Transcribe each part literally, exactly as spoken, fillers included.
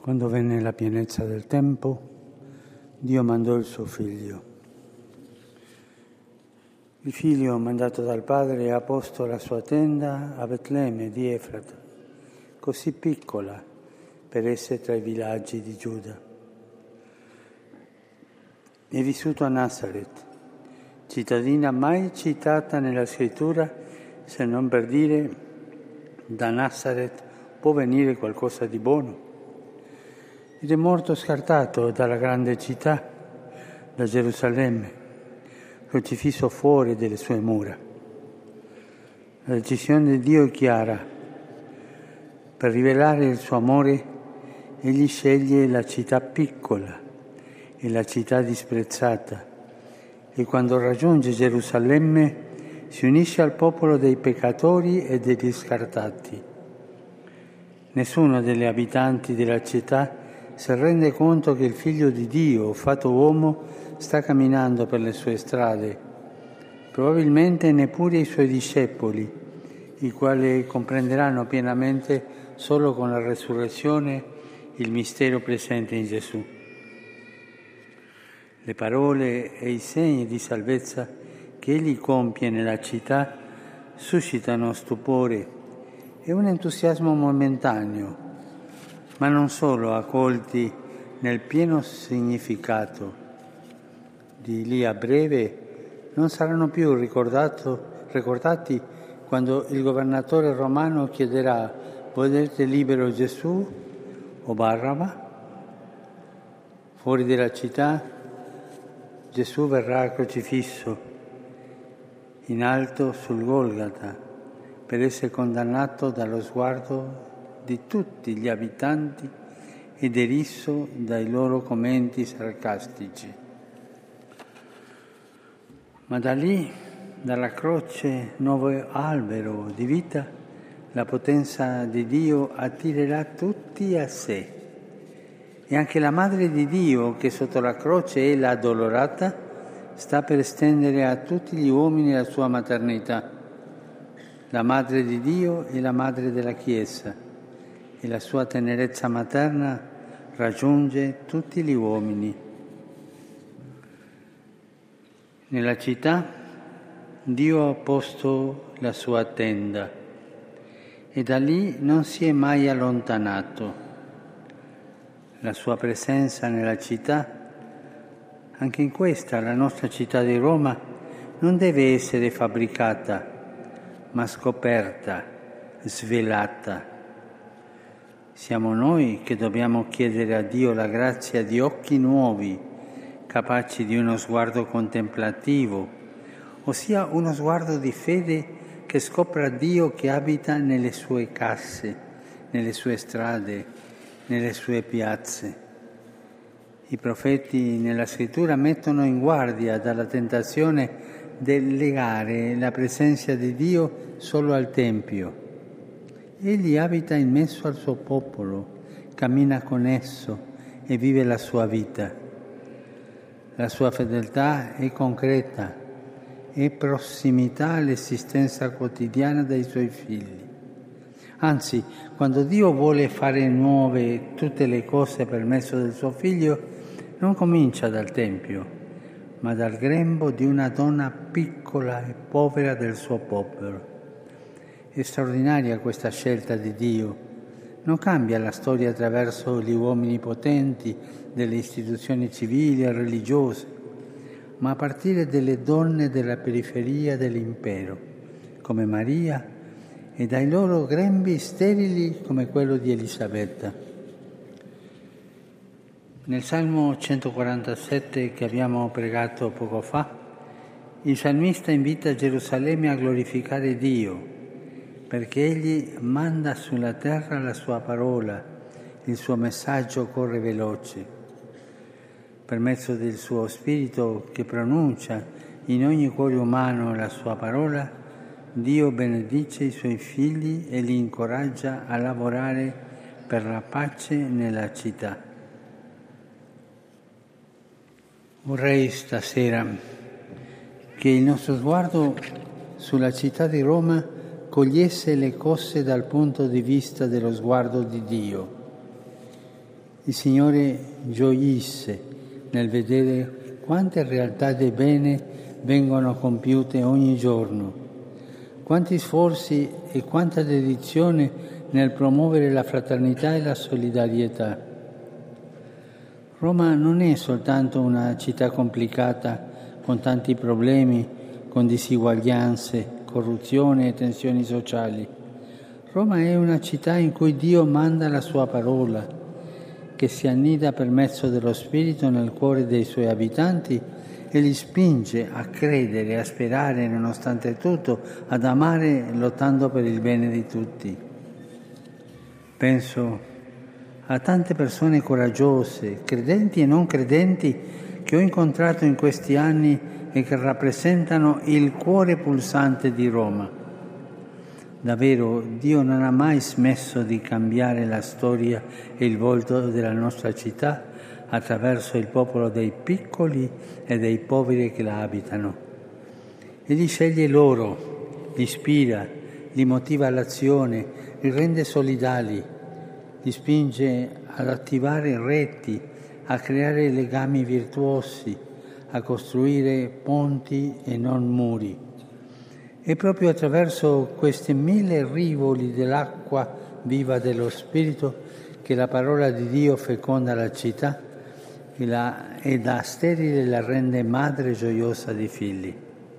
Quando venne la pienezza del tempo, Dio mandò il suo figlio. Il figlio, mandato dal padre, ha posto la sua tenda a Betlemme di Efrata, così piccola per essere tra i villaggi di Giuda. È vissuto a Nazareth, cittadina mai citata nella scrittura, se non per dire da Nazareth può venire qualcosa di buono. Ed è morto scartato dalla grande città, da Gerusalemme, crocifisso fuori delle sue mura. La decisione di Dio è chiara. Per rivelare il suo amore, egli sceglie la città piccola e la città disprezzata, e quando raggiunge Gerusalemme si unisce al popolo dei peccatori e degli scartati. Nessuno degli abitanti della città si rende conto che il Figlio di Dio, fatto uomo, sta camminando per le sue strade. Probabilmente neppure i suoi discepoli, i quali comprenderanno pienamente solo con la resurrezione il mistero presente in Gesù. Le parole e i segni di salvezza che egli compie nella città suscitano stupore e un entusiasmo momentaneo, ma non solo accolti nel pieno significato. Di lì a breve non saranno più ricordati quando il governatore romano chiederà: volete libero Gesù o Barraba? Fuori della città Gesù verrà crocifisso in alto sul Golgata per essere condannato dallo sguardo di tutti gli abitanti e deriso dai loro commenti sarcastici. Ma da lì, dalla croce, nuovo albero di vita, la potenza di Dio attirerà tutti a sé. E anche la Madre di Dio, che sotto la croce è la addolorata, sta per estendere a tutti gli uomini la sua maternità. La Madre di Dio è la Madre della Chiesa e la sua tenerezza materna raggiunge tutti gli uomini. Nella città Dio ha posto la sua tenda e da lì non si è mai allontanato. La sua presenza nella città, anche in questa, la nostra città di Roma, non deve essere fabbricata, ma scoperta, svelata. Siamo noi che dobbiamo chiedere a Dio la grazia di occhi nuovi, capaci di uno sguardo contemplativo, ossia uno sguardo di fede che scopra Dio che abita nelle sue casse, nelle sue strade, nelle sue piazze. I profeti nella scrittura mettono in guardia dalla tentazione del legare la presenza di Dio solo al Tempio. Egli abita in mezzo al suo popolo, cammina con esso e vive la sua vita. La sua fedeltà è concreta, è prossimità all'esistenza quotidiana dei suoi figli. Anzi, quando Dio vuole fare nuove tutte le cose per mezzo del suo Figlio, non comincia dal Tempio, ma dal grembo di una donna piccola e povera del suo popolo. È straordinaria questa scelta di Dio. Non cambia la storia attraverso gli uomini potenti delle istituzioni civili e religiose, ma a partire dalle donne della periferia dell'impero, come Maria, e dai loro grembi sterili come quello di Elisabetta. Nel Salmo centoquarantasette che abbiamo pregato poco fa, il salmista invita Gerusalemme a glorificare Dio, perché Egli manda sulla terra la sua parola, il suo messaggio corre veloce. Per mezzo del suo Spirito che pronuncia in ogni cuore umano la sua parola, Dio benedice i suoi figli e li incoraggia a lavorare per la pace nella città. Vorrei stasera che il nostro sguardo sulla città di Roma cogliesse le cose dal punto di vista dello sguardo di Dio. Il Signore gioisse nel vedere quante realtà di bene vengono compiute ogni giorno, quanti sforzi e quanta dedizione nel promuovere la fraternità e la solidarietà. Roma non è soltanto una città complicata con tanti problemi, con disuguaglianze, corruzione e tensioni sociali. Roma è una città in cui Dio manda la sua parola, che si annida per mezzo dello Spirito nel cuore dei suoi abitanti e li spinge a credere, a sperare nonostante tutto, ad amare lottando per il bene di tutti. Penso a tante persone coraggiose, credenti e non credenti, che ho incontrato in questi anni e che rappresentano il cuore pulsante di Roma. Davvero Dio non ha mai smesso di cambiare la storia e il volto della nostra città attraverso il popolo dei piccoli e dei poveri che la abitano. Egli sceglie loro, li ispira, li motiva all'azione, li rende solidali, li spinge ad attivare reti, a creare legami virtuosi, a costruire ponti e non muri. E proprio attraverso questi mille rivoli dell'acqua viva dello Spirito che la parola di Dio feconda la città e, la, e da sterile la rende madre gioiosa di figli.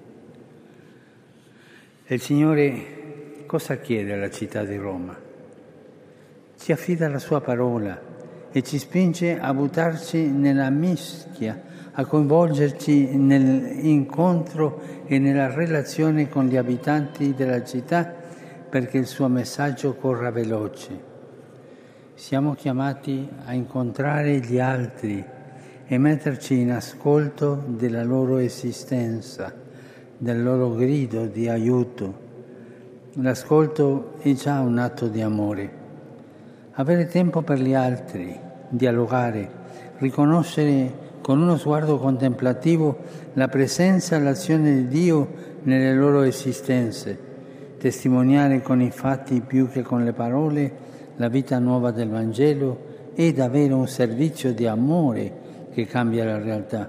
E il Signore cosa chiede alla città di Roma? Ci affida la sua parola e ci spinge a buttarci nella mischia, a coinvolgerci nell'incontro e nella relazione con gli abitanti della città perché il suo messaggio corra veloce. Siamo chiamati a incontrare gli altri e metterci in ascolto della loro esistenza, del loro grido di aiuto. L'ascolto è già un atto di amore. Avere tempo per gli altri, dialogare, riconoscere con uno sguardo contemplativo la presenza e l'azione di Dio nelle loro esistenze, testimoniare con i fatti più che con le parole la vita nuova del Vangelo ed avere un servizio di amore che cambia la realtà.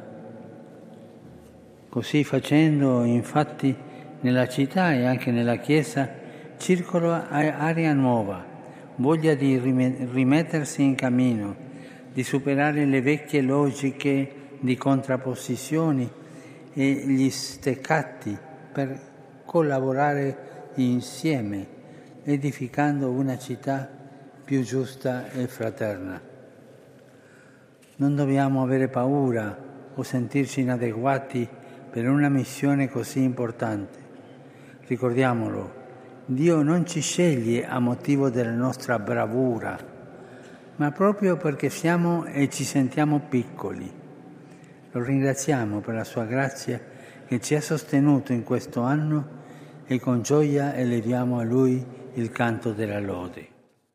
Così facendo, infatti, nella città e anche nella Chiesa circola aria nuova, voglia di rimettersi in cammino, di superare le vecchie logiche di contrapposizioni e gli steccati per collaborare insieme, edificando una città più giusta e fraterna. Non dobbiamo avere paura o sentirci inadeguati per una missione così importante. Ricordiamolo, Dio non ci sceglie a motivo della nostra bravura, ma proprio perché siamo e ci sentiamo piccoli. Lo ringraziamo per la sua grazia che ci ha sostenuto in questo anno e con gioia eleviamo a Lui il canto della lode.